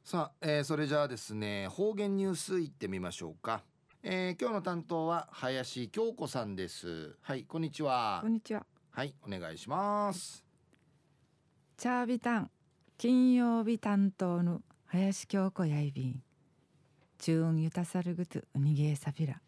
さあ、それじゃあですね、方言ニュースいってみましょうか。今日の担当は林京子さんです。はい、こんにちは。 こんにちは。 はい、お願いします。 チャービタン金曜日担当の林京子やいびん。中運ゆたさるぐとうにげえさびら。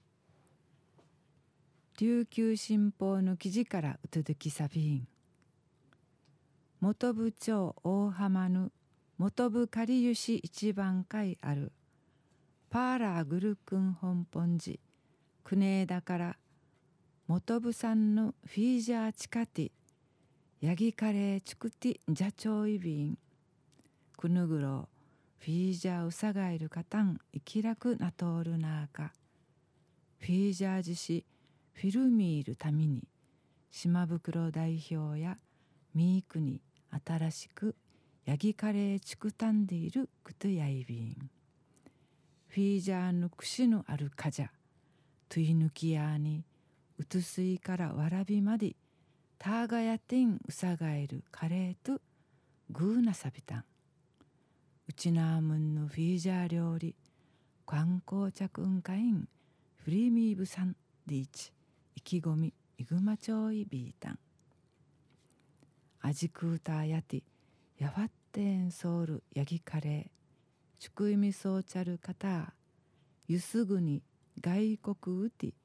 琉球新報の記事からうとどきさびん。本部町大浜の本部仮湯市一番会あるパーラーグルクン本本寺国枝から本部産のフィージャーチカティヤギカレーチクティジャチョイビンくぬぐろフィージャーウサガイルカタンイキラクナトールナーカフィージャージシフィルミールタミニ島袋代表やミークに新しくヤギカレーチクタンでいるクトヤイビンフィージャーの串のあるカジャトゥイヌキヤーにうつすいからわらびまでターガヤテンウサガエルカレーとグーナサビタンうちなーむんのフィージャー料理観光着運会員フリーミーブさんでいち意気込みイグマチョイビータンアジクーターヤティヤファッテンソウルヤギカレーチュクイミソーチャルカターユスグニ外国ウティ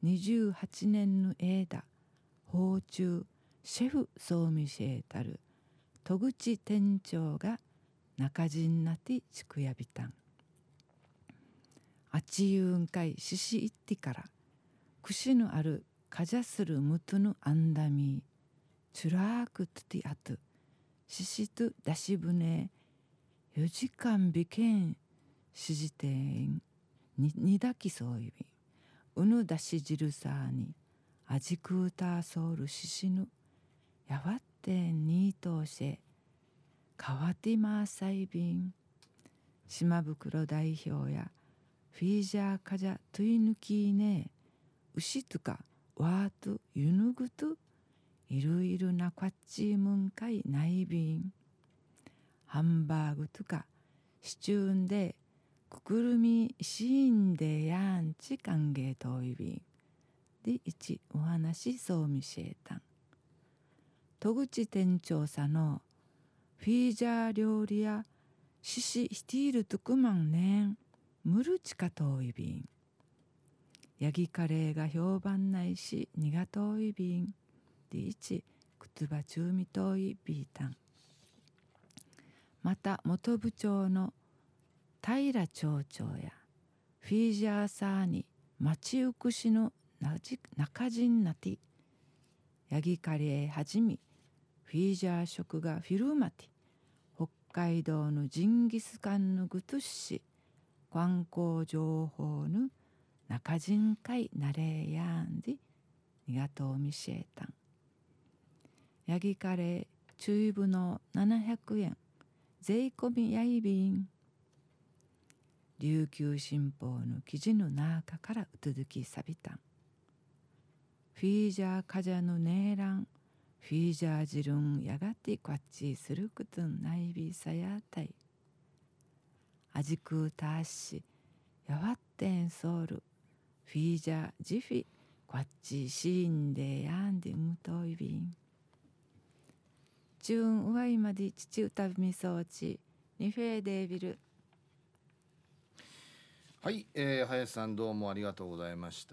28年の間訪中シェフソーミシェータル戸口店長が中陣なてちくやびたんあちゆうんかいししいってからくしのあるかじゃするむとぬあんだみチュラークトゥティアトししとだし船4時間びけんしじてんにだきそういびうぬだし汁さにあじくうたそうるししぬやわってんにいとうせかわてまさいびん島袋代表やフィージャーカジャトゥイヌキーネウシトゥカワートユヌグトいるいるなこっちむんかいないびんハンバーグとかシチューンでくくるみしんでやんち歓迎といびんで一お話そうみせえたん戸口店長さのフィージャー料理やシシヒティールトゥクマンねんムルチカといびんヤギカレーが評判ないしにがといびんで一くつば中みといびいたんまた元部長の平町長やフィージャーサーに町ゆくしの中陣なてヤギカレーはじみフィージャー食がフィルマティ北海道のジンギスカンのグトゥッシ観光情報の中陣会なれやんでにがとうみしえたんヤギカレー中イブの700円税込みやいびん琉球新報の記事の中からうとどきさびたんフィージャーカジャのネーランフィージャージルンやがてこっちするくとんないびさやたいあじくうたーしやわってんソウルフィージャージフィこっちしんでやんでむといびん中うわいまで父歌みそうちにフェーデービルはい、林さんどうもありがとうございました。